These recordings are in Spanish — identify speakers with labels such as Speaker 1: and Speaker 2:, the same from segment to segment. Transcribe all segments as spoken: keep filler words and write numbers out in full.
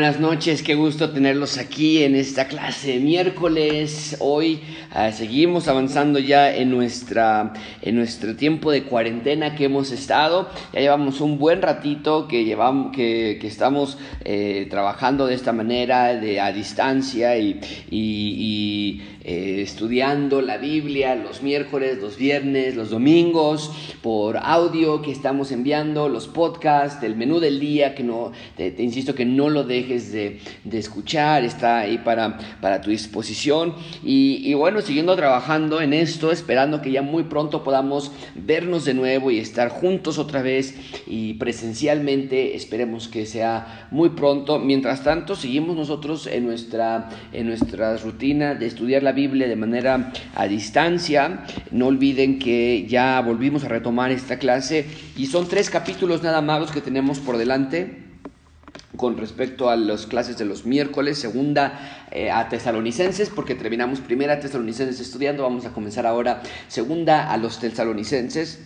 Speaker 1: buenas noches, qué gusto tenerlos aquí en esta clase de miércoles. Hoy uh, seguimos avanzando ya en, nuestra, en nuestro tiempo de cuarentena que hemos estado. Ya llevamos un buen ratito que, llevamos, que, que estamos eh, trabajando de esta manera, de, a distancia y, y, y eh, estudiando la Biblia los miércoles, los viernes, los domingos, por audio que estamos enviando, los podcasts, el menú del día, que no, te, te insisto que no lo dejes de, de escuchar, está ahí para, para tu disposición. Y, y bueno, siguiendo trabajando en esto, esperando que ya muy pronto podamos vernos de nuevo y estar juntos otra vez y presencialmente, esperemos que sea muy pronto. Mientras tanto, seguimos nosotros en nuestra, en nuestra rutina de estudiar la Biblia de manera a distancia. No olviden que ya volvimos a retomar esta clase y son tres capítulos nada más los que tenemos por delante con respecto a las clases de los miércoles. Segunda eh, a Tesalonicenses, porque terminamos primera Tesalonicenses estudiando, vamos a comenzar ahora segunda a los Tesalonicenses.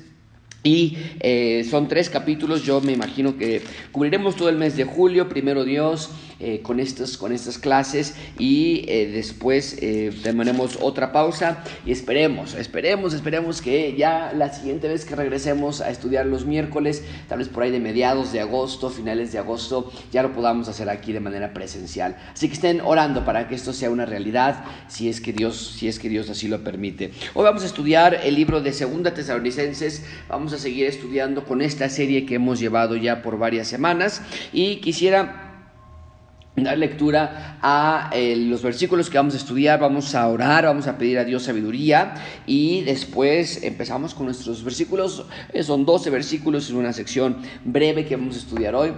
Speaker 1: Y eh, son tres capítulos. Yo me imagino que cubriremos todo el mes de julio, primero Dios, eh, con, estos, con estas clases. Y eh, después eh, tomaremos otra pausa y esperemos, esperemos, esperemos que ya la siguiente vez que regresemos a estudiar los miércoles, tal vez por ahí de mediados de agosto, finales de agosto, ya lo podamos hacer aquí de manera presencial. Así que estén orando para que esto sea una realidad, si es que Dios, si es que Dios así lo permite. Hoy vamos a estudiar el libro de segunda Tesalonicenses. Vamos a seguir estudiando con esta serie que hemos llevado ya por varias semanas y quisiera dar lectura a eh, los versículos que vamos a estudiar. Vamos a orar, vamos a pedir a Dios sabiduría y después empezamos con nuestros versículos. Eh, son doce versículos en una sección breve que vamos a estudiar hoy.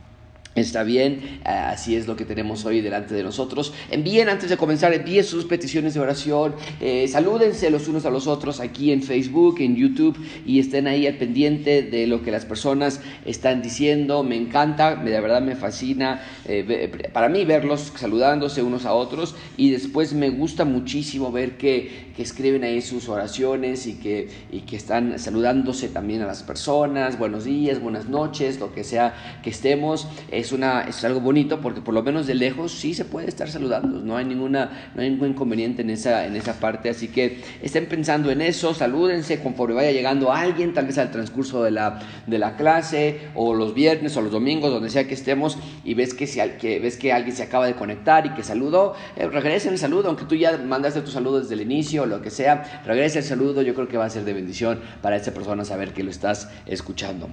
Speaker 1: Está bien, así es lo que tenemos hoy delante de nosotros. Envíen, antes de comenzar, envíen sus peticiones de oración, eh, salúdense los unos a los otros aquí en Facebook, en YouTube, y estén ahí al pendiente de lo que las personas están diciendo. Me encanta, de verdad me fascina eh, para mí verlos saludándose unos a otros, y después me gusta muchísimo ver que, que escriben ahí sus oraciones y que, y que están saludándose también a las personas. Buenos días, buenas noches, lo que sea que estemos. Es, una, es algo bonito porque por lo menos de lejos sí se puede estar saludando, no hay, ninguna, no hay ningún inconveniente en esa, en esa parte, así que estén pensando en eso, salúdense conforme vaya llegando alguien, tal vez al transcurso de la, de la clase, o los viernes o los domingos, donde sea que estemos, y ves que, si, que, ves que alguien se acaba de conectar y que saludó, eh, regresen el saludo, aunque tú ya mandaste tu saludo desde el inicio o lo que sea, regresa el saludo. Yo creo que va a ser de bendición para esa persona saber que lo estás escuchando,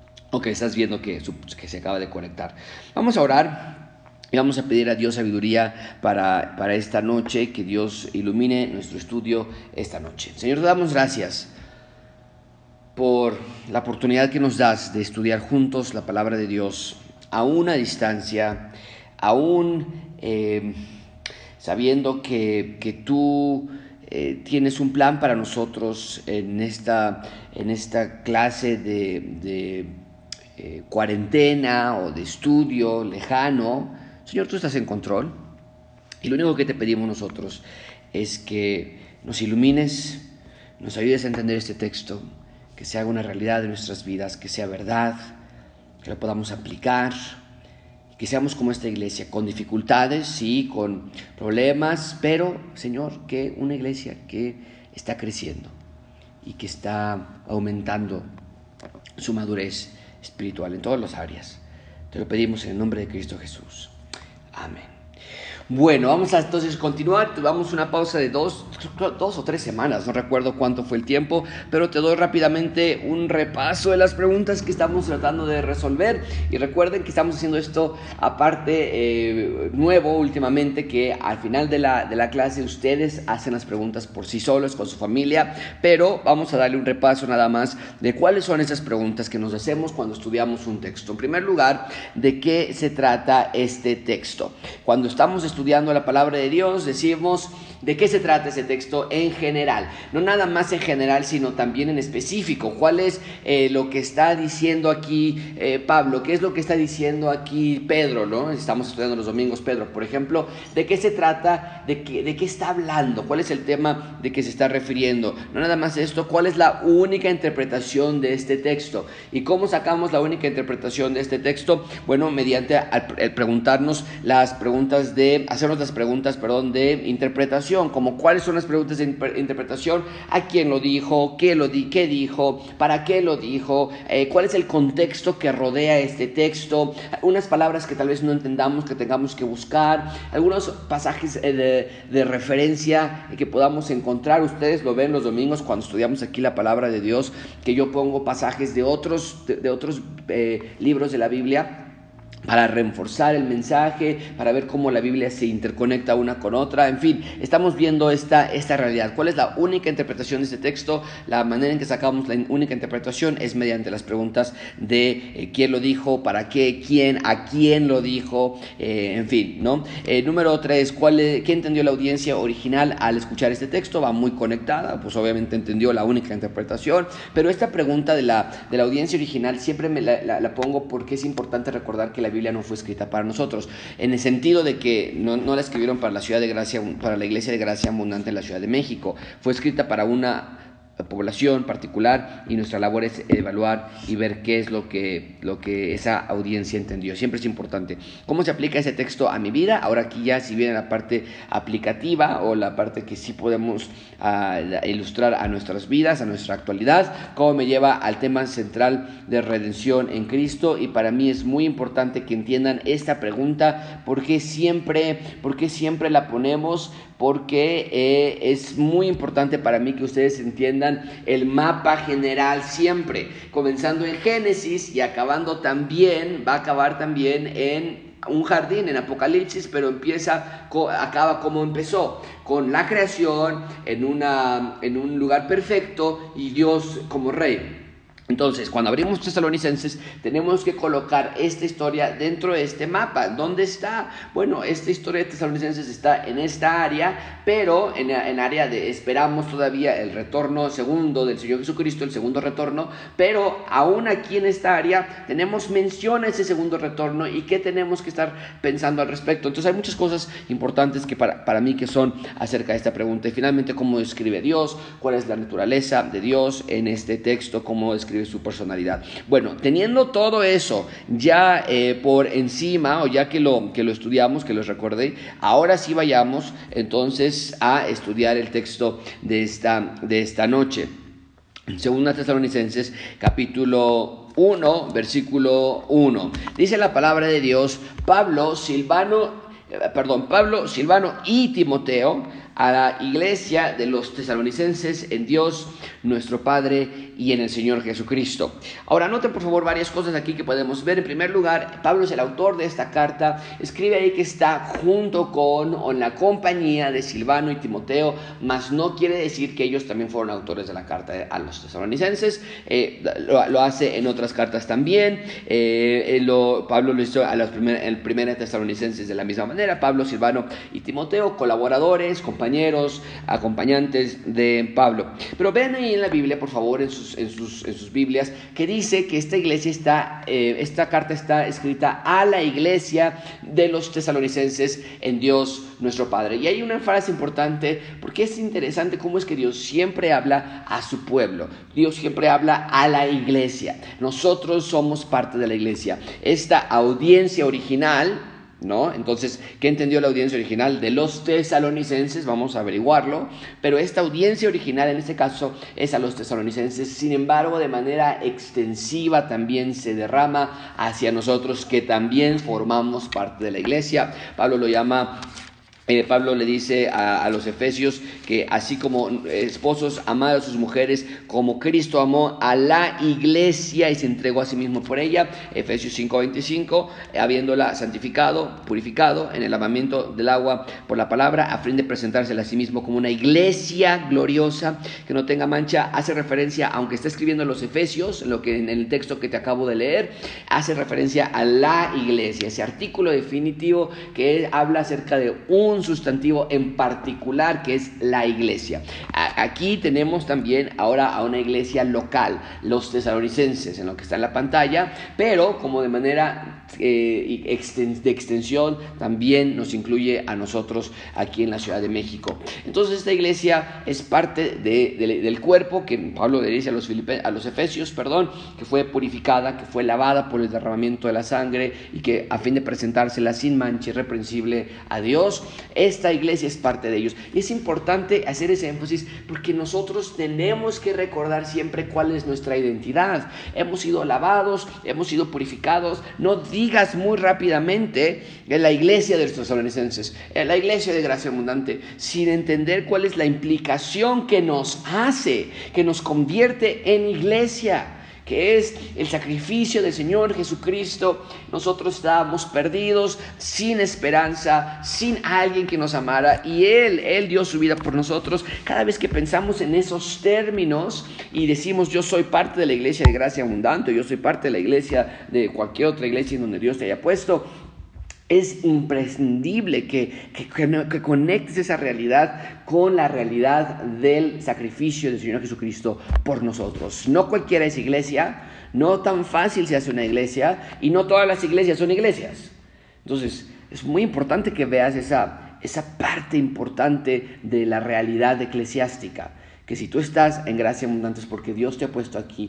Speaker 1: o que estás viendo que, que se acaba de conectar. Vamos a orar y vamos a pedir a Dios sabiduría para, para esta noche, que Dios ilumine nuestro estudio esta noche. Señor, te damos gracias por la oportunidad que nos das de estudiar juntos la palabra de Dios, aún a distancia, aún eh, sabiendo que, que tú eh, tienes un plan para nosotros en esta, en esta clase de... de Eh, cuarentena o de estudio lejano. Señor, tú estás en control, y lo único que te pedimos nosotros es que nos ilumines, nos ayudes a entender este texto, que se haga una realidad de nuestras vidas, que sea verdad, que lo podamos aplicar, que seamos como esta iglesia, con dificultades, sí, con problemas, pero Señor, que una iglesia que está creciendo y que está aumentando su madurez espiritual en todas las áreas. Te lo pedimos en el nombre de Cristo Jesús. Amén. Bueno, vamos a entonces continuar. Tuvimos una pausa de dos, dos o tres semanas, no recuerdo cuánto fue el tiempo, pero te doy rápidamente un repaso de las preguntas que estamos tratando de resolver. Y recuerden que estamos haciendo esto aparte eh, nuevo últimamente, que al final de la, de la clase ustedes hacen las preguntas por sí solos, con su familia, pero vamos a darle un repaso nada más de cuáles son esas preguntas que nos hacemos cuando estudiamos un texto. En primer lugar, ¿de qué se trata este texto? Cuando estamos estudiando estudiando la palabra de Dios, decimos ¿De qué se trata ese texto en general? No nada más en general, sino también en específico. ¿Cuál es eh, lo que está diciendo aquí eh, Pablo? ¿Qué es lo que está diciendo aquí Pedro, ¿no? Estamos estudiando los domingos Pedro, por ejemplo. ¿De qué se trata? ¿De qué, de qué está hablando? ¿Cuál es el tema de que se está refiriendo? No nada más esto, ¿cuál es la única interpretación de este texto? ¿Y cómo sacamos la única interpretación de este texto? Bueno, mediante al, al preguntarnos las preguntas de, hacernos las preguntas, perdón, de interpretación. Como cuáles son las preguntas de interpretación, a quién lo dijo, qué lo di, qué dijo, para qué lo dijo, eh, cuál es el contexto que rodea este texto, unas palabras que tal vez no entendamos, que tengamos que buscar, algunos pasajes eh, de, de referencia que podamos encontrar. Ustedes lo ven los domingos cuando estudiamos aquí la palabra de Dios, que yo pongo pasajes de otros, de, de otros eh, libros de la Biblia, para reforzar el mensaje, para ver cómo la Biblia se interconecta una con otra. En fin, estamos viendo esta, esta realidad. ¿Cuál es la única interpretación de este texto? La manera en que sacamos la única interpretación es mediante las preguntas de eh, quién lo dijo, para qué, quién, a quién lo dijo, eh, en fin, ¿no? Eh, número tres, ¿cuál es, ¿qué entendió la audiencia original al escuchar este texto? Va muy conectada, pues obviamente entendió la única interpretación, pero esta pregunta de la, de la audiencia original siempre me la, la, la pongo porque es importante recordar que la Biblia no fue escrita para nosotros, en el sentido de que no, no la escribieron para la ciudad de Gracia, para la iglesia de Gracia Abundante en la Ciudad de México. Fue escrita para una población particular y nuestra labor es evaluar y ver qué es lo que, lo que esa audiencia entendió. Siempre es importante. ¿Cómo se aplica ese texto a mi vida? Ahora aquí ya si viene la parte aplicativa o la parte que sí podemos uh, ilustrar a nuestras vidas, a nuestra actualidad, cómo me lleva al tema central de redención en Cristo. Y para mí es muy importante que entiendan esta pregunta, porque siempre, porque siempre la ponemos, porque eh, es muy importante para mí que ustedes entiendan el mapa general siempre, comenzando en Génesis y acabando también, va a acabar también en un jardín, en Apocalipsis, pero empieza, acaba como empezó, con la creación en, una, en un lugar perfecto y Dios como rey. Entonces, cuando abrimos Tesalonicenses, tenemos que colocar esta historia dentro de este mapa. ¿Dónde está? Bueno, esta historia de Tesalonicenses está en esta área, pero en, en área de, esperamos todavía el retorno segundo del Señor Jesucristo, el segundo retorno, pero aún aquí en esta área tenemos mención a ese segundo retorno y qué tenemos que estar pensando al respecto. Entonces, hay muchas cosas importantes que para, para mí que son acerca de esta pregunta. Y finalmente, ¿cómo describe Dios? ¿Cuál es la naturaleza de Dios en este texto? ¿Cómo describe su personalidad? Bueno, teniendo todo eso ya eh, por encima, o ya que lo, que lo estudiamos, que los recordé, ahora sí vayamos entonces a estudiar el texto de esta, de esta noche. Segunda Tesalonicenses, capítulo uno, versículo uno. Dice la palabra de Dios: Pablo, Silvano, eh, perdón, Pablo, Silvano y Timoteo, a la iglesia de los tesalonicenses en Dios nuestro Padre y en el Señor Jesucristo. Ahora noten por favor varias cosas aquí que podemos ver. En primer lugar, Pablo es el autor de esta carta, escribe ahí que está junto con o en la compañía de Silvano y Timoteo, mas no quiere decir que ellos también fueron autores de la carta a los tesalonicenses. eh, lo, lo hace en otras cartas también. eh, lo, Pablo lo hizo a los primer, el primer tesalonicenses de la misma manera. Pablo, Silvano y Timoteo, colaboradores, compañeros, acompañantes de Pablo. Pero ven ahí en la Biblia, por favor, en sus, en sus, en sus Biblias, que dice que esta iglesia está, eh, esta carta está escrita a la iglesia de los tesalonicenses en Dios nuestro Padre. Y hay una frase importante, porque es interesante cómo es que Dios siempre habla a su pueblo. Dios siempre habla a la iglesia. Nosotros somos parte de la iglesia. Esta audiencia original, ¿no? Entonces, ¿qué entendió la audiencia original de los tesalonicenses? Vamos a averiguarlo. Pero esta audiencia original en este caso es a los tesalonicenses. Sin embargo, de manera extensiva también se derrama hacia nosotros, que también formamos parte de la iglesia. Pablo lo llama... Eh, Pablo le dice a, a los efesios que así como esposos, amad a sus mujeres como Cristo amó a la iglesia y se entregó a sí mismo por ella. Efesios cinco veinticinco, habiéndola santificado, purificado en el lavamiento del agua por la palabra, a fin de presentársela a sí mismo como una iglesia gloriosa que no tenga mancha. Hace referencia, aunque está escribiendo los efesios, lo que en el texto que te acabo de leer, hace referencia a la iglesia, ese artículo definitivo que habla acerca de un un sustantivo en particular que es la iglesia. Aquí tenemos también ahora a una iglesia local, los tesalonicenses, en lo que está en la pantalla, pero como de manera eh, de extensión también nos incluye a nosotros aquí en la Ciudad de México. Entonces esta iglesia es parte de, de, del cuerpo que Pablo le dice a los, Filipe, a los Efesios, perdón, que fue purificada, que fue lavada por el derramamiento de la sangre y que a fin de presentársela sin mancha, irreprensible a Dios. Esta iglesia es parte de ellos. Y es importante hacer ese énfasis porque nosotros tenemos que recordar siempre cuál es nuestra identidad. Hemos sido lavados, hemos sido purificados. No digas muy rápidamente en la iglesia de los tesalonicenses, en la iglesia de Gracia Abundante, sin entender cuál es la implicación que nos hace, que nos convierte en iglesia, que es el sacrificio del Señor Jesucristo. Nosotros estábamos perdidos, sin esperanza, sin alguien que nos amara, y Él, Él dio su vida por nosotros. Cada vez que pensamos en esos términos y decimos yo soy parte de la iglesia de Gracia Abundante, yo soy parte de la iglesia de cualquier otra iglesia en donde Dios te haya puesto, es imprescindible que, que, que, que conectes esa realidad con la realidad del sacrificio del Señor Jesucristo por nosotros. No cualquiera es iglesia, no tan fácil se hace una iglesia, y no todas las iglesias son iglesias. Entonces, es muy importante que veas esa, esa parte importante de la realidad eclesiástica. Que si tú estás en Gracia Abundante es porque Dios te ha puesto aquí,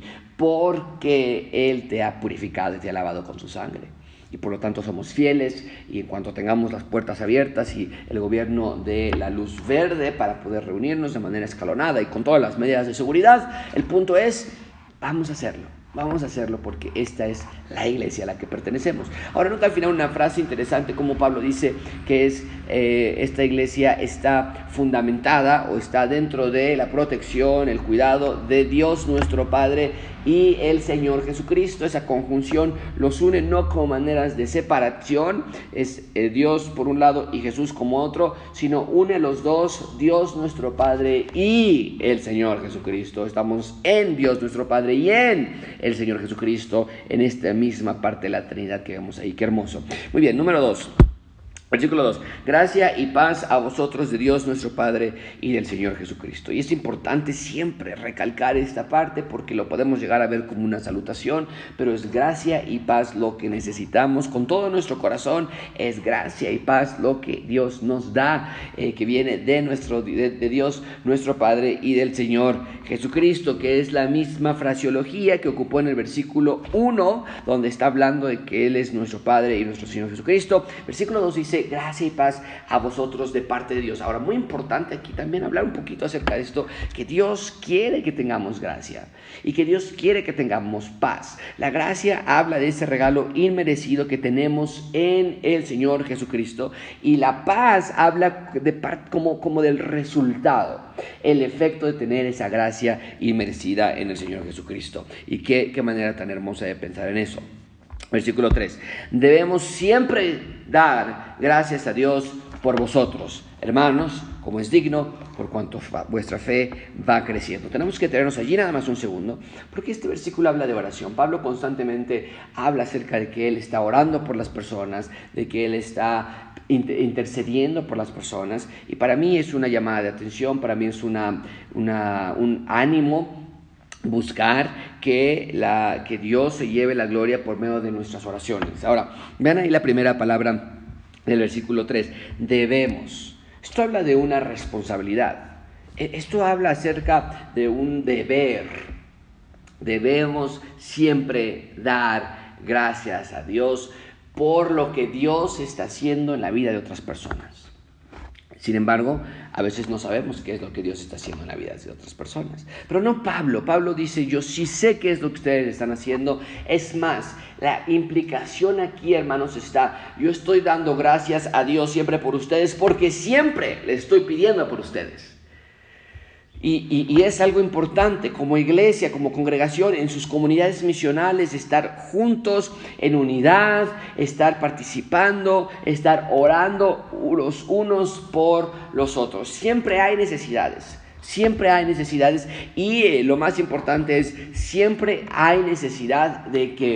Speaker 1: porque Él te ha purificado y te ha lavado con su sangre. Y por lo tanto somos fieles, y en cuanto tengamos las puertas abiertas y el gobierno de la luz verde para poder reunirnos de manera escalonada y con todas las medidas de seguridad, el punto es, vamos a hacerlo. Vamos a hacerlo porque esta es la iglesia a la que pertenecemos. Ahora nota al final una frase interesante como Pablo dice que es eh, esta iglesia está fundamentada o está dentro de la protección, el cuidado de Dios nuestro Padre y el Señor Jesucristo. Esa conjunción los une no como maneras de separación, es eh, Dios por un lado y Jesús como otro, sino une los dos, Dios nuestro Padre y el Señor Jesucristo. Estamos en Dios nuestro Padre y en el Señor Jesucristo, en esta misma parte de la Trinidad que vemos ahí. Qué hermoso. Muy bien, número dos. Versículo dos. Gracia y paz a vosotros de Dios nuestro Padre y del Señor Jesucristo. Y es importante siempre recalcar esta parte porque lo podemos llegar a ver como una salutación, pero es gracia y paz lo que necesitamos con todo nuestro corazón. Es gracia y paz lo que Dios nos da, eh, que viene de, nuestro, de, de Dios nuestro Padre y del Señor Jesucristo, que es la misma fraseología que ocupó en el versículo uno, donde está hablando de que Él es nuestro Padre y nuestro Señor Jesucristo. Versículo dos dice, gracia y paz a vosotros de parte de Dios. Ahora, muy importante aquí también hablar un poquito acerca de esto, que Dios quiere que tengamos gracia y que Dios quiere que tengamos paz. La gracia habla de ese regalo inmerecido que tenemos en el Señor Jesucristo, y la paz habla de part, como, como del resultado, el efecto de tener esa gracia inmerecida en el Señor Jesucristo. Y qué, qué manera tan hermosa de pensar en eso. Versículo tres. Debemos siempre dar gracias a Dios por vosotros, hermanos, como es digno, por cuanto vuestra fe va creciendo. Tenemos que tenernos allí nada más un segundo, porque este versículo habla de oración. Pablo constantemente habla acerca de que él está orando por las personas, de que él está intercediendo por las personas, y para mí es una llamada de atención, para mí es una, una, un ánimo buscar que, la, que Dios se lleve la gloria por medio de nuestras oraciones. Ahora, vean ahí la primera palabra del versículo tres, debemos. Esto habla de una responsabilidad. Esto habla acerca de un deber. Debemos siempre dar gracias a Dios por lo que Dios está haciendo en la vida de otras personas. Sin embargo, a veces no sabemos qué es lo que Dios está haciendo en la vida de otras personas. Pero no Pablo. Pablo dice, yo sí sé qué es lo que ustedes están haciendo. Es más, la implicación aquí, hermanos, está, yo estoy dando gracias a Dios siempre por ustedes, porque siempre le estoy pidiendo por ustedes. Y, y, y es algo importante como iglesia, como congregación, en sus comunidades misionales, estar juntos en unidad, estar participando, estar orando los unos por los otros. Siempre hay necesidades, siempre hay necesidades y eh, lo más importante es, siempre hay necesidad de que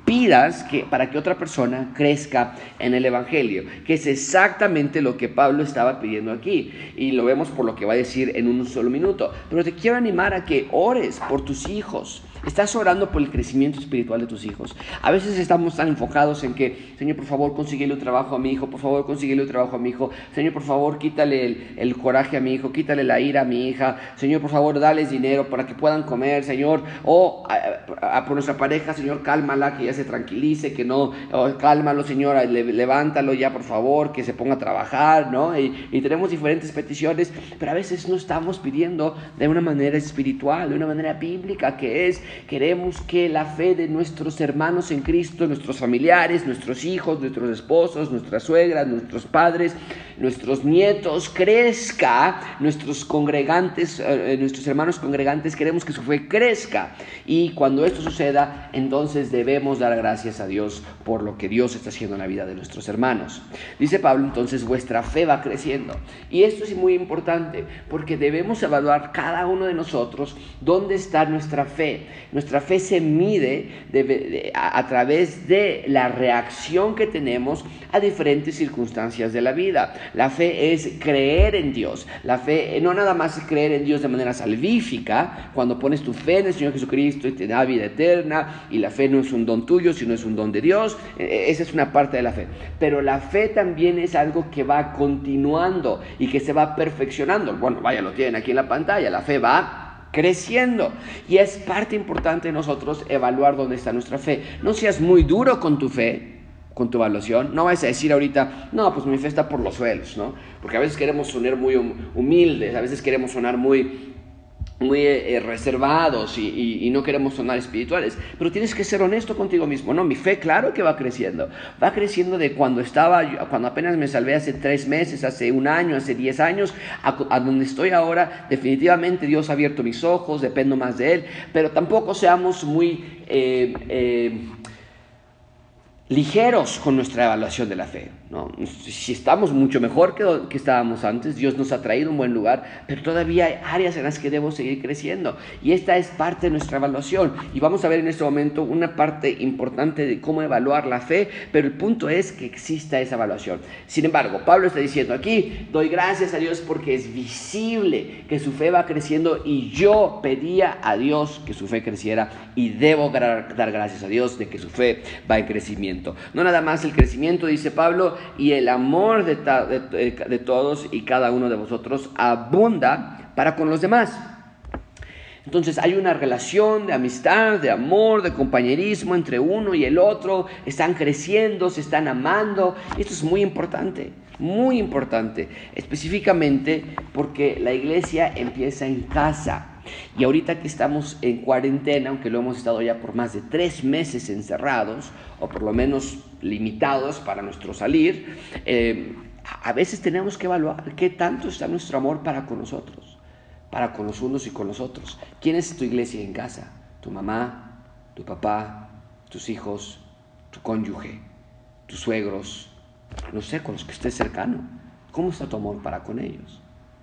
Speaker 1: pidas que, para que otra persona crezca en el Evangelio, que es exactamente lo que Pablo estaba pidiendo aquí, y lo vemos por lo que va a decir en un solo minuto. Pero te quiero animar a que ores por tus hijos. ¿Estás orando por el crecimiento espiritual de tus hijos? A veces estamos tan enfocados en que, Señor, por favor, consíguele un trabajo a mi hijo, por favor, consíguele un trabajo a mi hijo, Señor, por favor, quítale el, el coraje a mi hijo, quítale la ira a mi hija, Señor, por favor, dales dinero para que puedan comer, Señor, o a, a, por nuestra pareja, Señor, cálmala, que ya se tranquilice, que no, oh, cálmalo, Señor, le, levántalo ya, por favor, que se ponga a trabajar, ¿no? Y, y tenemos diferentes peticiones, pero a veces no estamos pidiendo de una manera espiritual, de una manera bíblica, que es, queremos que la fe de nuestros hermanos en Cristo, nuestros familiares, nuestros hijos, nuestros esposos, nuestras suegras, nuestros padres, nuestros nietos crezca, nuestros congregantes, eh, nuestros hermanos congregantes, queremos que su fe crezca. Y cuando esto suceda, entonces debemos dar gracias a Dios por lo que Dios está haciendo en la vida de nuestros hermanos. Dice Pablo, entonces vuestra fe va creciendo. Y esto es muy importante, porque debemos evaluar cada uno de nosotros dónde está nuestra fe. Nuestra fe se mide de, de, a, a través de la reacción que tenemos a diferentes circunstancias de la vida. La fe es creer en Dios. La fe no nada más es creer en Dios de manera salvífica, cuando pones tu fe en el Señor Jesucristo y te da vida eterna, y la fe no es un don tuyo, sino es un don de Dios. Esa es una parte de la fe. Pero la fe también es algo que va continuando y que se va perfeccionando. Bueno, vaya, lo tienen aquí en la pantalla. La fe va creciendo, y es parte importante de nosotros evaluar dónde está nuestra fe. No seas muy duro con tu fe, con tu evaluación. No vas a decir ahorita, no, pues mi fe está por los suelos, ¿no? Porque a veces queremos sonar muy humildes, a veces queremos sonar muy muy eh, reservados y, y, y no queremos sonar espirituales, pero tienes que ser honesto contigo mismo. No, mi fe claro que va creciendo, va creciendo de cuando estaba, cuando apenas me salvé hace tres meses, hace un año, hace diez años, a, a donde estoy ahora. Definitivamente Dios ha abierto mis ojos, dependo más de Él, pero tampoco seamos muy eh, eh, ligeros con nuestra evaluación de la fe, ¿no? Si estamos mucho mejor que, que estábamos antes, Dios nos ha traído a un buen lugar, pero todavía hay áreas en las que debemos seguir creciendo, y esta es parte de nuestra evaluación, y vamos a ver en este momento una parte importante de cómo evaluar la fe, pero el punto es que exista esa evaluación. Sin embargo, Pablo está diciendo aquí, doy gracias a Dios porque es visible que su fe va creciendo, y yo pedía a Dios que su fe creciera, y debo dar gracias a Dios de que su fe va en crecimiento. No nada más el crecimiento, dice Pablo, y el amor de, ta, de, de, de todos y cada uno de vosotros abunda para con los demás. Entonces hay una relación de amistad, de amor, de compañerismo entre uno y el otro. Están creciendo, se están amando. Esto es muy importante, muy importante, específicamente porque la iglesia empieza en casa. Y ahorita que estamos en cuarentena, aunque lo hemos estado ya por más de tres meses encerrados, o por lo menos limitados para nuestro salir, eh, a veces tenemos que evaluar qué tanto está nuestro amor para con nosotros, para con los unos y con los otros. ¿Quién es tu iglesia en casa? ¿Tu mamá, tu papá, tus hijos, tu cónyuge, tus suegros? No sé, con los que estés cercano. ¿Cómo está tu amor para con ellos?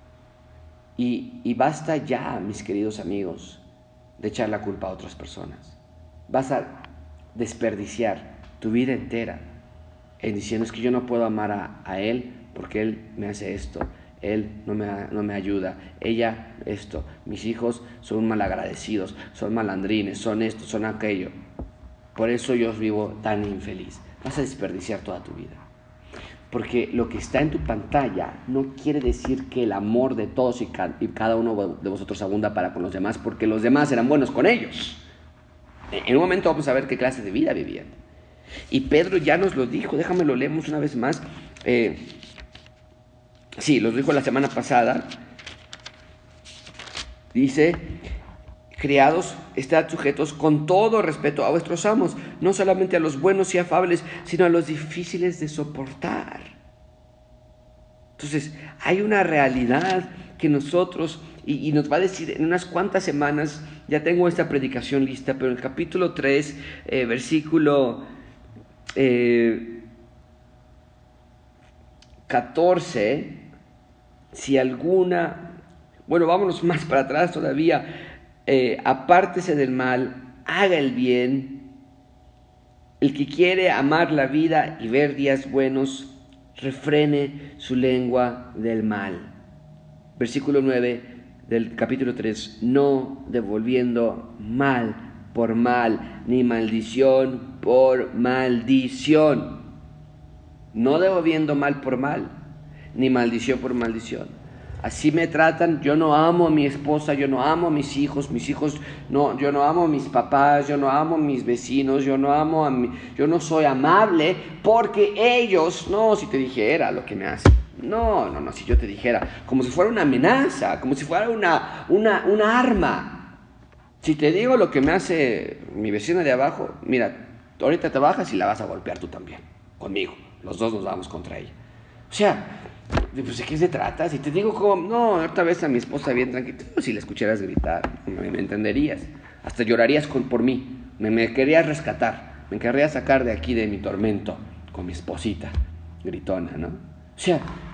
Speaker 1: Y, y basta ya, mis queridos amigos, de echar la culpa a otras personas. Vas a desperdiciar tu vida entera en diciendo, es que yo no puedo amar a, a él porque él me hace esto, él no me, no me ayuda, ella esto, mis hijos son malagradecidos, son malandrines, son esto, son aquello. Por eso yo vivo tan infeliz. Vas a desperdiciar toda tu vida. Porque lo que está en tu pantalla no quiere decir que el amor de todos y, ca- y cada uno de vosotros abunda para con los demás, porque los demás eran buenos con ellos. En un momento vamos a ver qué clase de vida vivían. Y Pedro ya nos lo dijo, déjame lo leemos una vez más. Eh, sí, lo dijo la semana pasada. Dice, criados, estad sujetos con todo respeto a vuestros amos, no solamente a los buenos y afables, sino a los difíciles de soportar. Entonces, hay una realidad que nosotros, y, y nos va a decir en unas cuantas semanas, ya tengo esta predicación lista, pero en el capítulo tres, eh, versículo eh, catorce, si alguna, bueno, vámonos más para atrás todavía, Eh, apártese del mal, haga el bien, El que quiere amar la vida y ver días buenos, refrene su lengua del mal. Versículo nueve del capítulo tres. No devolviendo mal por mal, ni maldición por maldición. No devolviendo mal por mal, ni maldición por maldición. Así me tratan, yo no amo a mi esposa, yo no amo a mis hijos, mis hijos, no, yo no amo a mis papás, yo no amo a mis vecinos, yo no amo a mi, yo no soy amable porque ellos, no, si te dijera lo que me hacen, no, no, no, si yo te dijera, como si fuera una amenaza, como si fuera una, una, una arma. Si te digo lo que me hace mi vecina de abajo, mira, ahorita te bajas y la vas a golpear tú también, conmigo, los dos nos vamos contra ella. O sea, pues ¿de qué se trata? Si te digo como, no, otra vez a mi esposa bien tranquila, si la escucharas gritar, me, me entenderías, hasta llorarías con, por mí, me, me querías rescatar, me querrías sacar de aquí de mi tormento con mi esposita gritona, ¿no? O sea,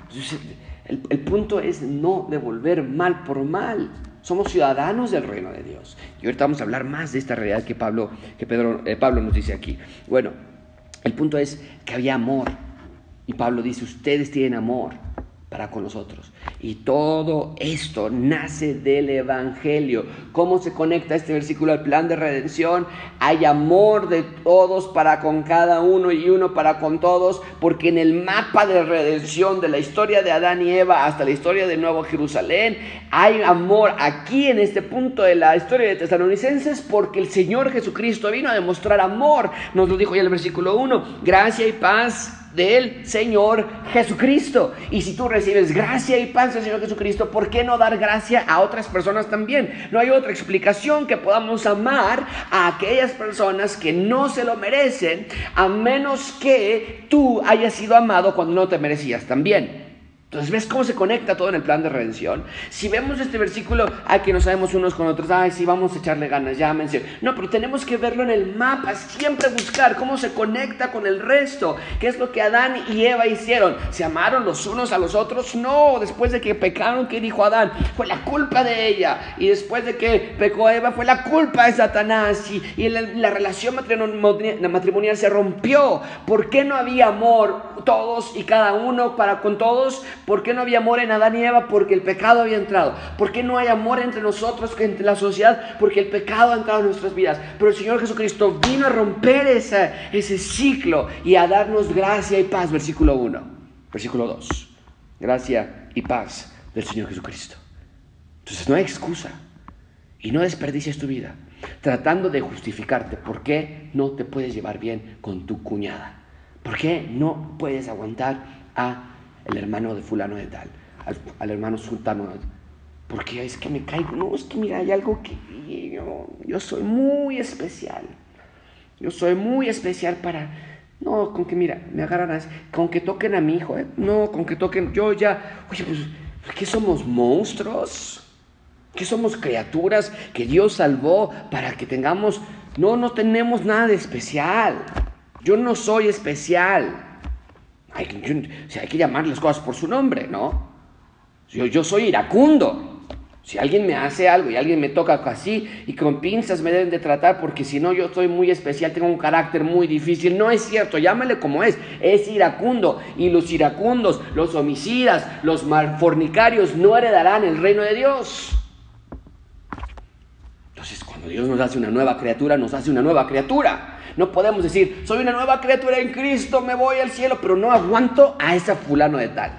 Speaker 1: el, el punto es no devolver mal por mal. Somos ciudadanos del reino de Dios. Y ahorita vamos a hablar más de esta realidad que Pablo, que Pedro, eh, Pablo nos dice aquí. Bueno, el punto es que había amor. Y Pablo dice, ustedes tienen amor para con nosotros. Y todo esto nace del Evangelio. ¿Cómo se conecta este versículo al plan de redención? Hay amor de todos para con cada uno y uno para con todos, porque en el mapa de redención de la historia de Adán y Eva hasta la historia de Nuevo Jerusalén, hay amor aquí en este punto de la historia de Tesalonicenses, porque el Señor Jesucristo vino a demostrar amor. Nos lo dijo ya el versículo uno, gracia y paz del Señor Jesucristo. Y si tú recibes gracia y paz del Señor Jesucristo, ¿por qué no dar gracia a otras personas también? No hay otra explicación que podamos amar a aquellas personas que no se lo merecen, a menos que tú hayas sido amado cuando no te merecías también. Entonces, ¿ves cómo se conecta todo en el plan de redención? Si vemos este versículo, ay, que no sabemos unos con otros, ay, sí, vamos a echarle ganas, llámense. No, pero tenemos que verlo en el mapa, siempre buscar cómo se conecta con el resto. ¿Qué es lo que Adán y Eva hicieron? ¿Se amaron los unos a los otros? No, después de que pecaron, ¿qué dijo Adán? Fue la culpa de ella. Y después de que pecó Eva, fue la culpa de Satanás. Y, y la, la relación matrimonial se rompió. ¿Por qué no había amor todos y cada uno para con todos? ¿Por qué no había amor en Adán y Eva? Porque el pecado había entrado. ¿Por qué no hay amor entre nosotros, entre la sociedad? Porque el pecado ha entrado en nuestras vidas. Pero el Señor Jesucristo vino a romper esa, ese ciclo y a darnos gracia y paz. Versículo uno. Versículo dos. Gracia y paz del Señor Jesucristo. Entonces no hay excusa. Y no desperdicies tu vida tratando de justificarte. ¿Por qué no te puedes llevar bien con tu cuñada? ¿Por qué no puedes aguantar a el hermano de fulano de tal, al, al hermano sultano de tal? Porque es que me caigo, no, es que mira, hay algo que yo, yo soy muy especial, yo soy muy especial para, no, con que mira, me agarran así, con que toquen a mi hijo, ¿eh? No, con que toquen, yo ya, oye, pues, ¿qué somos, monstruos? ¿Qué somos, criaturas que Dios salvó para que tengamos? No, no tenemos nada de especial, yo no soy especial. Hay que, yo, o sea, hay que llamar las cosas por su nombre, ¿no? Yo, yo soy iracundo. Si alguien me hace algo y alguien me toca así y con pinzas me deben de tratar, porque si no yo soy muy especial, tengo un carácter muy difícil. No es cierto, llámale como es, es iracundo. Y los iracundos, los homicidas, los fornicarios no heredarán el reino de Dios. Entonces, cuando Dios nos hace una nueva criatura, nos hace una nueva criatura. No podemos decir, soy una nueva criatura en Cristo, me voy al cielo, pero no aguanto a ese fulano de tal.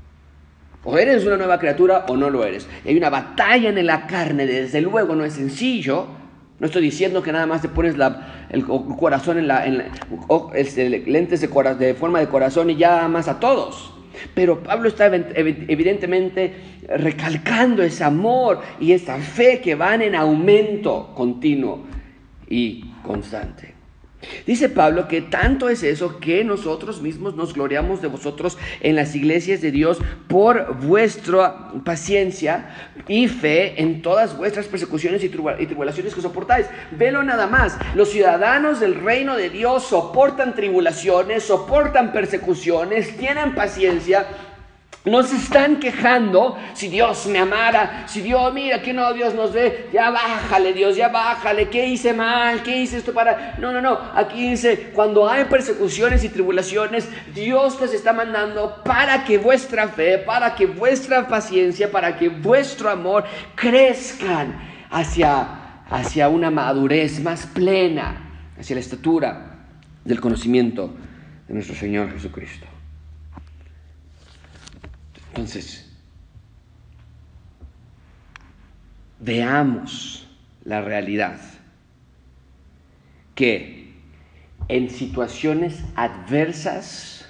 Speaker 1: O eres una nueva criatura o no lo eres. Y hay una batalla en la carne, desde luego no es sencillo. No estoy diciendo que nada más te pones la, el corazón en la, en la o, este, lentes de, cora, de forma de corazón y ya amas a todos. Pero Pablo está evidentemente recalcando ese amor y esa fe que van en aumento continuo y constante. Dice Pablo que tanto es eso que nosotros mismos nos gloriamos de vosotros en las iglesias de Dios por vuestra paciencia y fe en todas vuestras persecuciones y tribulaciones que soportáis. Velo nada más, los ciudadanos del reino de Dios soportan tribulaciones, soportan persecuciones, tienen paciencia. Nos están quejando, si Dios me amara, si Dios, mira que no, Dios nos ve, ya bájale Dios, ya bájale, ¿qué hice mal? ¿Qué hice esto para...? No, no, no, aquí dice, cuando hay persecuciones y tribulaciones, Dios les está mandando para que vuestra fe, para que vuestra paciencia, para que vuestro amor crezcan hacia, hacia una madurez más plena, hacia la estatura del conocimiento de nuestro Señor Jesucristo. Entonces, veamos la realidad que en situaciones adversas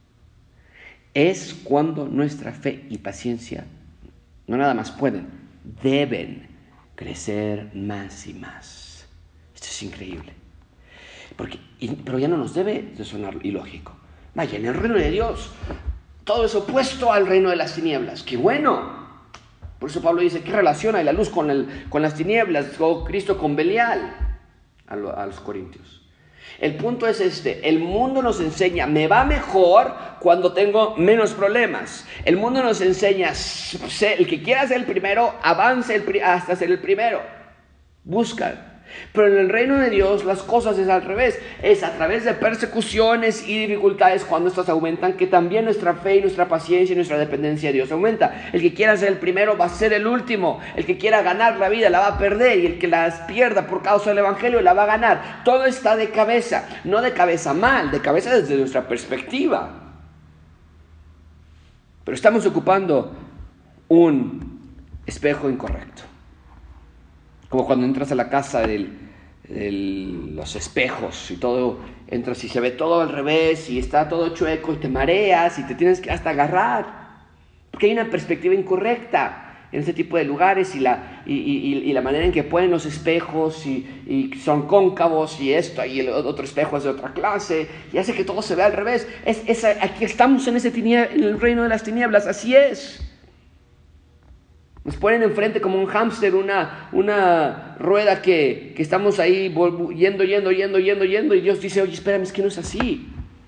Speaker 1: es cuando nuestra fe y paciencia no nada más pueden, deben crecer más y más. Esto es increíble. Porque, pero ya no nos debe de sonar ilógico. Vaya, en el reino de Dios todo es opuesto al reino de las tinieblas. ¡Qué bueno! Por eso Pablo dice, ¿qué relación hay la luz con, el, con las tinieblas? O Cristo con Belial, a, lo, a los corintios. El punto es este, el mundo nos enseña, me va mejor cuando tengo menos problemas. El mundo nos enseña, el que quiera ser el primero, avance el, hasta ser el primero. Busca. Pero en el reino de Dios las cosas es al revés. Es a través de persecuciones y dificultades cuando estas aumentan que también nuestra fe y nuestra paciencia y nuestra dependencia de Dios aumenta. El que quiera ser el primero va a ser el último. El que quiera ganar la vida la va a perder, y el que las pierda por causa del evangelio la va a ganar. Todo está de cabeza, no de cabeza mal, de cabeza desde nuestra perspectiva. Pero estamos ocupando un espejo incorrecto. Como cuando entras a la casa de los espejos y todo, entras y se ve todo al revés y está todo chueco y te mareas y te tienes que hasta agarrar. Porque hay una perspectiva incorrecta en este tipo de lugares y la, y, y, y la manera en que ponen los espejos y, y son cóncavos y esto, y el otro espejo es de otra clase y hace que todo se vea al revés. Es, es, aquí estamos en, ese tiniebla, en el reino de las tinieblas, así es. Nos ponen enfrente como un hámster, una, una rueda que, que estamos ahí yendo, yendo, yendo, yendo, yendo. Y Dios dice, oye, espérame, es que no es así.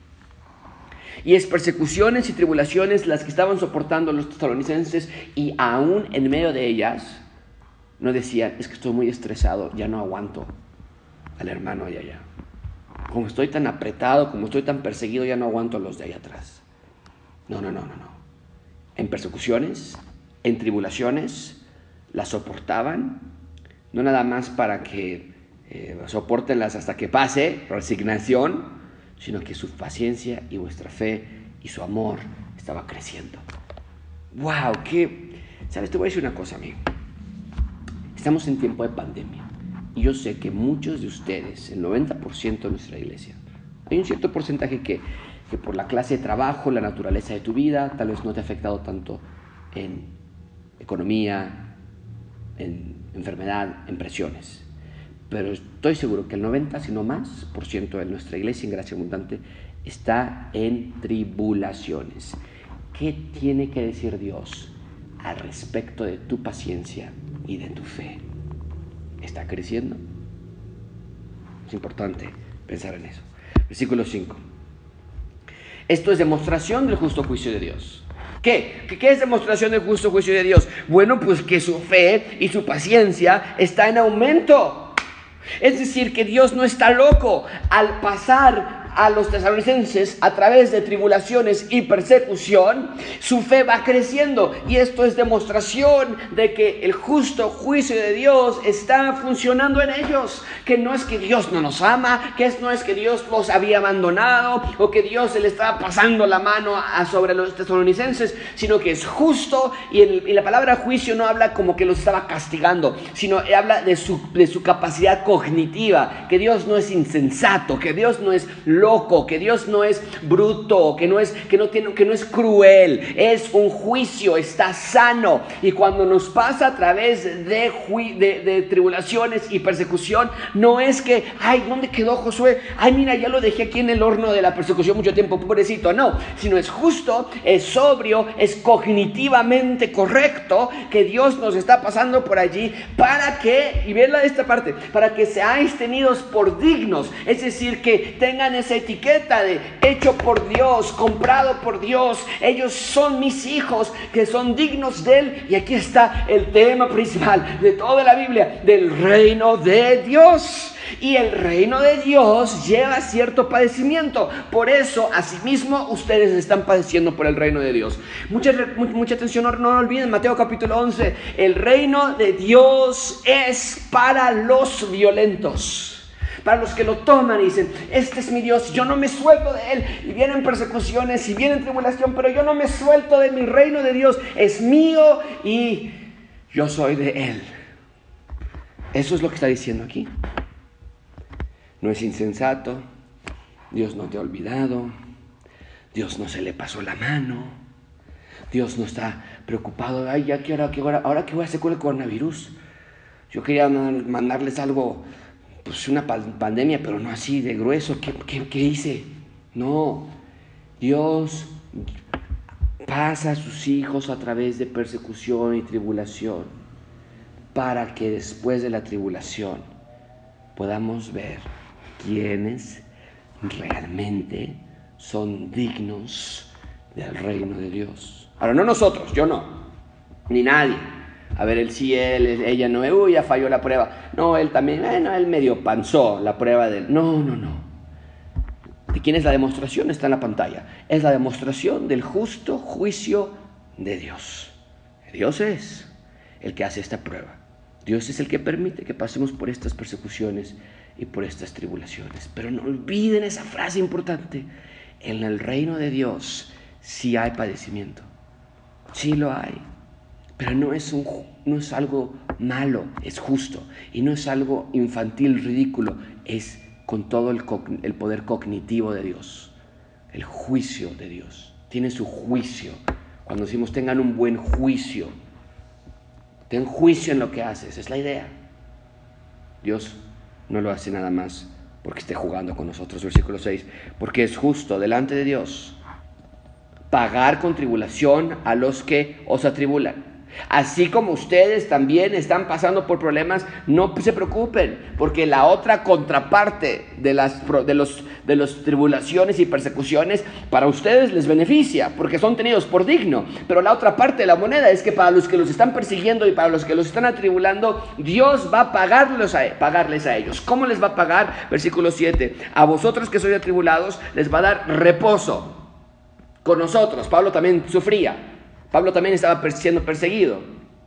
Speaker 1: Y es persecuciones y tribulaciones las que estaban soportando los tesalonicenses. Y aún en medio de ellas, no decían, es que estoy muy estresado, ya no aguanto al hermano allá allá. Como estoy tan apretado, como estoy tan perseguido, ya no aguanto a los de allá atrás. No, no, no, no, no. En persecuciones, en tribulaciones, las soportaban, no nada más para que eh, soportenlas hasta que pase, resignación, sino que su paciencia y vuestra fe y su amor estaba creciendo. ¡Wow! ¿Qué? ¿Sabes? Te voy a decir una cosa, amigo. Estamos en tiempo de pandemia y yo sé que muchos de ustedes, el noventa por ciento de nuestra iglesia, hay un cierto porcentaje que, que por la clase de trabajo, la naturaleza de tu vida, tal vez no te ha afectado tanto en economía, en enfermedad, en presiones. Pero estoy seguro que el noventa, si no más, por ciento de nuestra iglesia en Gracia Abundante está en tribulaciones. ¿Qué tiene que decir Dios al respecto de tu paciencia y de tu fe? ¿Está creciendo? Es importante pensar en eso. Versículo cinco. Esto es demostración del justo juicio de Dios. ¿Qué? ¿Qué es demostración del justo juicio de Dios? Bueno, pues que su fe y su paciencia está en aumento. Es decir, que Dios no está loco al pasar a los tesalonicenses a través de tribulaciones y persecución. Su fe va creciendo y esto es demostración de que el justo juicio de Dios está funcionando en ellos. Que no es que Dios no nos ama, que no es que Dios los había abandonado o que Dios se le estaba pasando la mano a, sobre los tesalonicenses, sino que es justo. Y, el, y la palabra juicio no habla como que los estaba castigando, sino habla de su, de su capacidad cognitiva, que Dios no es insensato, que Dios no es loco, que Dios no es bruto, que no es, que no tiene, que no es cruel, es un juicio, está sano. Y cuando nos pasa a través de, de, de tribulaciones y persecución, no es que, ay, ¿dónde quedó Josué? Ay, mira, ya lo dejé aquí en el horno de la persecución mucho tiempo, pobrecito. No, sino es justo, es sobrio, es cognitivamente correcto, que Dios nos está pasando por allí para que, y verla de esta parte, para que seáis tenidos por dignos, es decir, que tengan ese esa etiqueta de hecho por Dios, comprado por Dios. Ellos son mis hijos que son dignos de Él. Y aquí está el tema principal de toda la Biblia, del reino de Dios. Y el reino de Dios lleva cierto padecimiento. Por eso, asimismo, ustedes están padeciendo por el reino de Dios. Mucha, mucha atención, no, no olviden Mateo capítulo once. El reino de Dios es para los violentos, para los que lo toman y dicen, este es mi Dios, yo no me suelto de Él. Y vienen persecuciones y vienen tribulación, pero yo no me suelto de mi reino de Dios. Es mío y yo soy de Él. Eso es lo que está diciendo aquí. No es insensato, Dios no te ha olvidado, Dios no se le pasó la mano, Dios no está preocupado. Ay, ya que ahora, que ahora, ahora qué voy a hacer con el coronavirus. Yo quería mandarles algo, pues una pandemia, pero no así de grueso. ¿Qué, qué, qué hice? No, Dios pasa a sus hijos a través de persecución y tribulación para que después de la tribulación podamos ver quienes realmente son dignos del reino de Dios. Ahora, no nosotros, yo no, ni nadie. A ver, él sí, él, ella no, uy, ya falló la prueba. No, él también, bueno, él medio panzó la prueba de él. No, no, no. ¿De quién es la demostración? Está en la pantalla. Es la demostración del justo juicio de Dios. Dios es el que hace esta prueba. Dios es el que permite que pasemos por estas persecuciones y por estas tribulaciones. Pero no olviden esa frase importante. En el reino de Dios sí hay padecimiento. Sí lo hay. Pero no es, un, no es algo malo, es justo. Y no es algo infantil, ridículo. Es con todo el, el poder cognitivo de Dios. El juicio de Dios. Tiene su juicio. Cuando decimos tengan un buen juicio, ten juicio en lo que haces, es la idea. Dios no lo hace nada más porque esté jugando con nosotros. Versículo seis, porque es justo delante de Dios pagar con tribulación a los que os atribulan. Así como ustedes también están pasando por problemas, no se preocupen, porque la otra contraparte de las de los, de las tribulaciones y persecuciones para ustedes les beneficia, porque son tenidos por digno. Pero la otra parte de la moneda es que para los que los están persiguiendo y para los que los están atribulando, Dios va a pagarlos a, pagarles a ellos. ¿Cómo les va a pagar? Versículo siete, a vosotros que sois atribulados les va a dar reposo. Con nosotros, Pablo también sufría. Pablo también estaba siendo perseguido.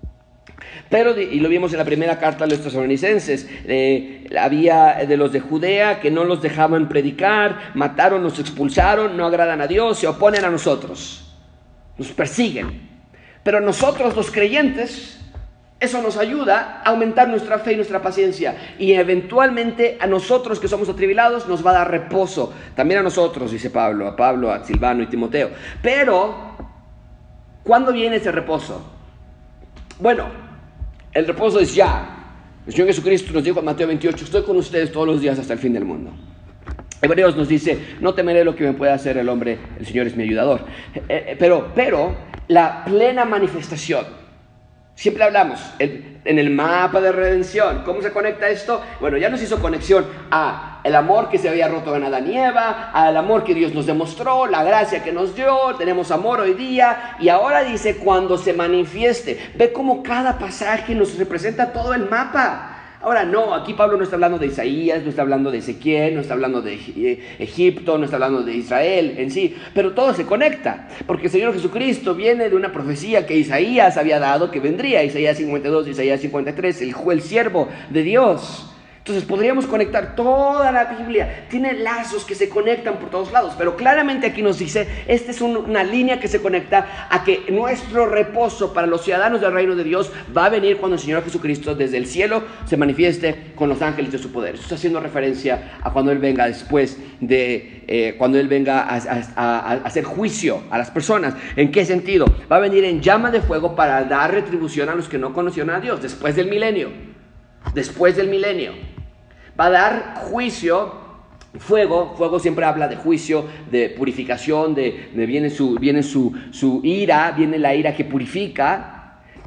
Speaker 1: Pero, y lo vimos en la primera carta a los tesalonicenses, eh, había de los de Judea que no los dejaban predicar, mataron, los expulsaron, no agradan a Dios, se oponen a nosotros, nos persiguen. Pero nosotros los creyentes, eso nos ayuda a aumentar nuestra fe y nuestra paciencia. Y eventualmente a nosotros que somos atribulados nos va a dar reposo. También a nosotros, dice Pablo, a Pablo, a Silvano y Timoteo. Pero ¿cuándo viene ese reposo? Bueno, el reposo es ya. El Señor Jesucristo nos dijo en Mateo veintiocho, estoy con ustedes todos los días hasta el fin del mundo. Hebreos nos dice, no temeré lo que me pueda hacer el hombre, el Señor es mi ayudador. Eh, eh, pero, pero, la plena manifestación, siempre hablamos en, en el mapa de redención. ¿Cómo se conecta esto? Bueno, ya nos hizo conexión a el amor que se había roto en Adán y Eva, al amor que Dios nos demostró, la gracia que nos dio, tenemos amor hoy día, y ahora dice cuando se manifieste. Ve cómo cada pasaje nos representa todo el mapa. Ahora no, aquí Pablo no está hablando de Isaías, no está hablando de Ezequiel, no está hablando de Egipto, no está hablando de Israel en sí, pero todo se conecta, porque el Señor Jesucristo viene de una profecía que Isaías había dado que vendría, Isaías cincuenta y dos, Isaías cincuenta y tres, el, el siervo de Dios. Entonces podríamos conectar toda la Biblia, tiene lazos que se conectan por todos lados, pero claramente aquí nos dice, esta es un, una línea que se conecta a que nuestro reposo para los ciudadanos del reino de Dios va a venir cuando el Señor Jesucristo desde el cielo se manifieste con los ángeles de su poder. Esto está haciendo referencia a cuando Él venga después de, eh, cuando Él venga a, a, a, a hacer juicio a las personas. ¿En qué sentido? Va a venir en llama de fuego para dar retribución a los que no conocieron a Dios después del milenio, después del milenio. Va a dar juicio, fuego, fuego siempre habla de juicio, de purificación, de, de viene, su, viene su, su ira, viene la ira que purifica,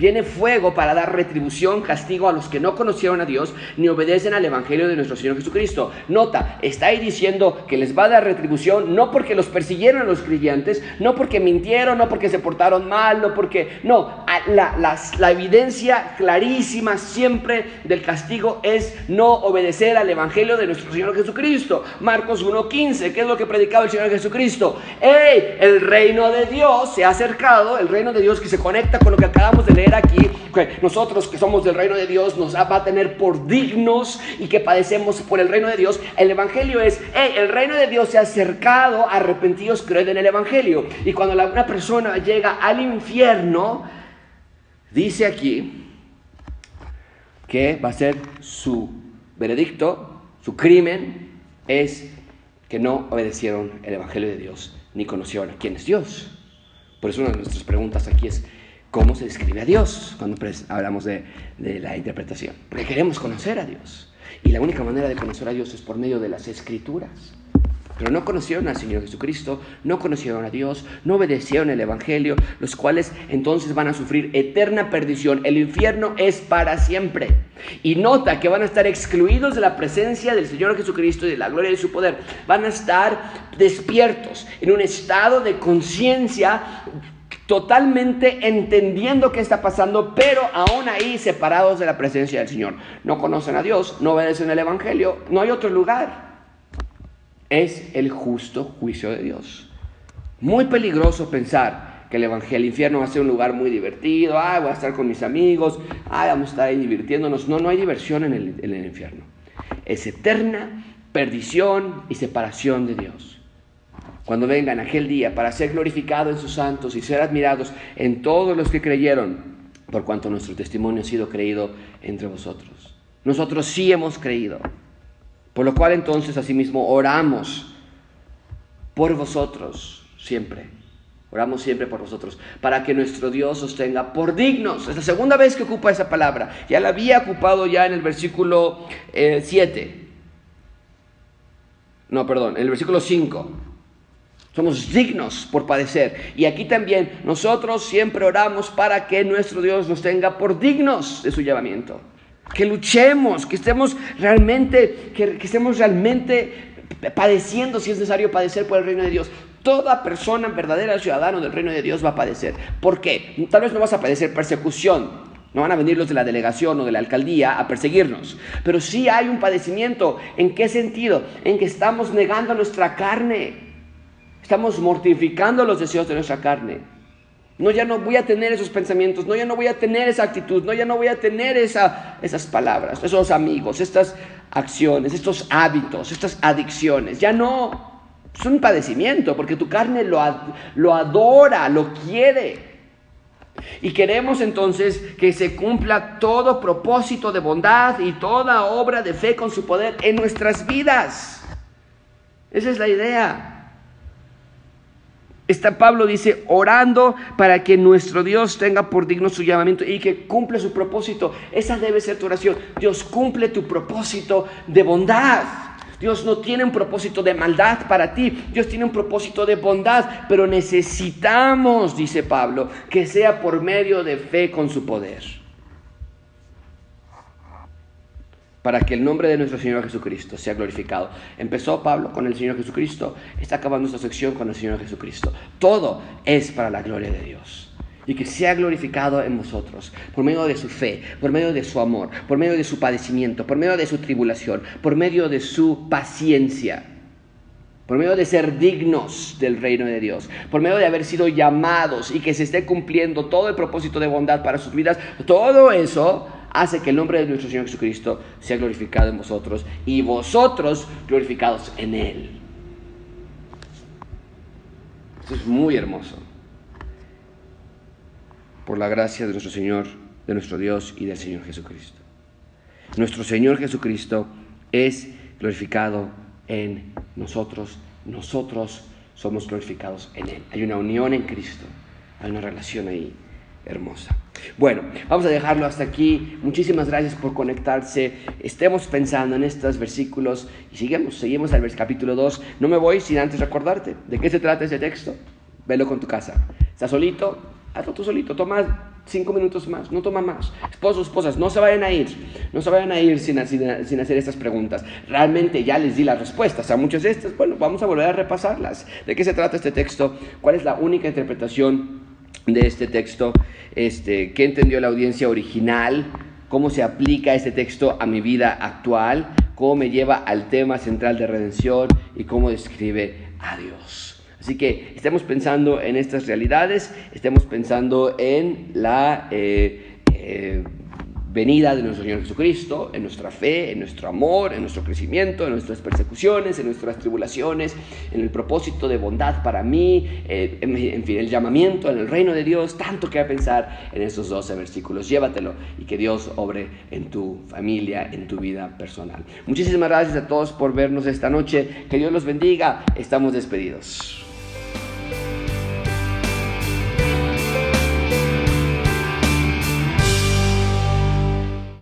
Speaker 1: Viene fuego para dar retribución, castigo a los que no conocieron a Dios ni obedecen al Evangelio de nuestro Señor Jesucristo. Nota, está ahí diciendo que les va a dar retribución no porque los persiguieron a los creyentes, no porque mintieron, no porque se portaron mal, no porque... No, la, la, la evidencia clarísima siempre del castigo es no obedecer al Evangelio de nuestro Señor Jesucristo. Marcos uno quince, ¿qué es lo que predicaba el Señor Jesucristo? ¡Ey! El reino de Dios se ha acercado, el reino de Dios que se conecta con lo que acabamos de leer aquí, que nosotros que somos del reino de Dios nos va a tener por dignos y que padecemos por el reino de Dios. El Evangelio es, hey, el reino de Dios se ha acercado, arrepentidos, creed en el Evangelio. Y cuando la, una persona llega al infierno, dice aquí que va a ser su veredicto, su crimen es que no obedecieron el Evangelio de Dios ni conocieron a quién es Dios. Por eso una de nuestras preguntas aquí es, ¿cómo se describe a Dios cuando hablamos de, de la interpretación? Porque queremos conocer a Dios. Y la única manera de conocer a Dios es por medio de las Escrituras. Pero no conocieron al Señor Jesucristo, no conocieron a Dios, no obedecieron el Evangelio, los cuales entonces van a sufrir eterna perdición. El infierno es para siempre. Y nota que van a estar excluidos de la presencia del Señor Jesucristo y de la gloria de su poder. Van a estar despiertos, en un estado de conciencia, totalmente entendiendo qué está pasando, pero aún ahí separados de la presencia del Señor. No conocen a Dios, no obedecen el Evangelio, no hay otro lugar. Es el justo juicio de Dios. Muy peligroso pensar que el Evangelio, el infierno va a ser un lugar muy divertido, ah, voy a estar con mis amigos, ah, vamos a estar ahí divirtiéndonos. No, no hay diversión en el, en el infierno. Es eterna perdición y separación de Dios. Cuando vengan aquel día para ser glorificado en sus santos y ser admirados en todos los que creyeron, por cuanto nuestro testimonio ha sido creído entre vosotros. Nosotros sí hemos creído, por lo cual entonces asimismo oramos por vosotros siempre. Oramos siempre por vosotros, para que nuestro Dios os tenga por dignos. Es la segunda vez que ocupa esa palabra. Ya la había ocupado ya en el versículo eh, siete. No, perdón, en el versículo cinco. Somos dignos por padecer. Y aquí también nosotros siempre oramos para que nuestro Dios nos tenga por dignos de su llamamiento. Que luchemos, que estemos realmente, que, que estemos realmente padeciendo si es necesario padecer por el reino de Dios. Toda persona verdadera ciudadano del reino de Dios va a padecer. ¿Por qué? Tal vez no vas a padecer persecución. No van a venir los de la delegación o de la alcaldía a perseguirnos. Pero sí hay un padecimiento. ¿En qué sentido? En que estamos negando nuestra carne. Estamos mortificando los deseos de nuestra carne. No, ya no voy a tener esos pensamientos. No, ya no voy a tener esa actitud. No, ya no voy a tener esa, esas palabras, esos amigos, estas acciones, estos hábitos, estas adicciones. Ya no. Es un padecimiento porque tu carne lo, ad, lo adora, lo quiere. Y queremos entonces que se cumpla todo propósito de bondad y toda obra de fe con su poder en nuestras vidas. Esa es la idea. Está Pablo dice, orando para que nuestro Dios tenga por digno su llamamiento y que cumple su propósito. Esa debe ser tu oración. Dios, cumple tu propósito de bondad. Dios no tiene un propósito de maldad para ti. Dios tiene un propósito de bondad. Pero necesitamos, dice Pablo, que sea por medio de fe con su poder. Para que el nombre de nuestro Señor Jesucristo sea glorificado. Empezó Pablo con el Señor Jesucristo. Está acabando esta sección con el Señor Jesucristo. Todo es para la gloria de Dios. Y que sea glorificado en vosotros, por medio de su fe, por medio de su amor, por medio de su padecimiento, por medio de su tribulación, por medio de su paciencia, por medio de ser dignos del reino de Dios, por medio de haber sido llamados y que se esté cumpliendo todo el propósito de bondad para sus vidas. Todo eso hace que el nombre de nuestro Señor Jesucristo sea glorificado en vosotros y vosotros glorificados en Él. Esto es muy hermoso. Por la gracia de nuestro Señor, de nuestro Dios y del Señor Jesucristo. Nuestro Señor Jesucristo es glorificado en nosotros. Nosotros somos glorificados en Él. Hay una unión en Cristo. Hay una relación ahí hermosa. Bueno, vamos a dejarlo hasta aquí. Muchísimas gracias por conectarse. Estemos pensando en estos versículos y seguimos, seguimos al capítulo dos. No me voy sin antes recordarte de qué se trata ese texto. Velo con tu casa. ¿Estás solito? Hazlo tú solito. Toma cinco minutos más, no toma más. Esposos, esposas, no se vayan a ir, no se vayan a ir sin, sin, sin hacer estas preguntas. Realmente ya les di las respuestas a muchas de estas. Bueno, vamos a volver a repasarlas. ¿De qué se trata este texto? ¿Cuál es la única interpretación de este texto? Este, ¿qué entendió la audiencia original? ¿Cómo se aplica este texto a mi vida actual? ¿Cómo me lleva al tema central de redención? ¿Y cómo describe a Dios? Así que estemos pensando en estas realidades, estemos pensando en la eh, eh, venida de nuestro Señor Jesucristo, en nuestra fe, en nuestro amor, en nuestro crecimiento, en nuestras persecuciones, en nuestras tribulaciones, en el propósito de bondad para mí, eh, en, en fin, el llamamiento en el reino de Dios. Tanto que a pensar en estos doce versículos. Llévatelo y que Dios obre en tu familia, en tu vida personal. Muchísimas gracias a todos por vernos esta noche. Que Dios los bendiga. Estamos despedidos.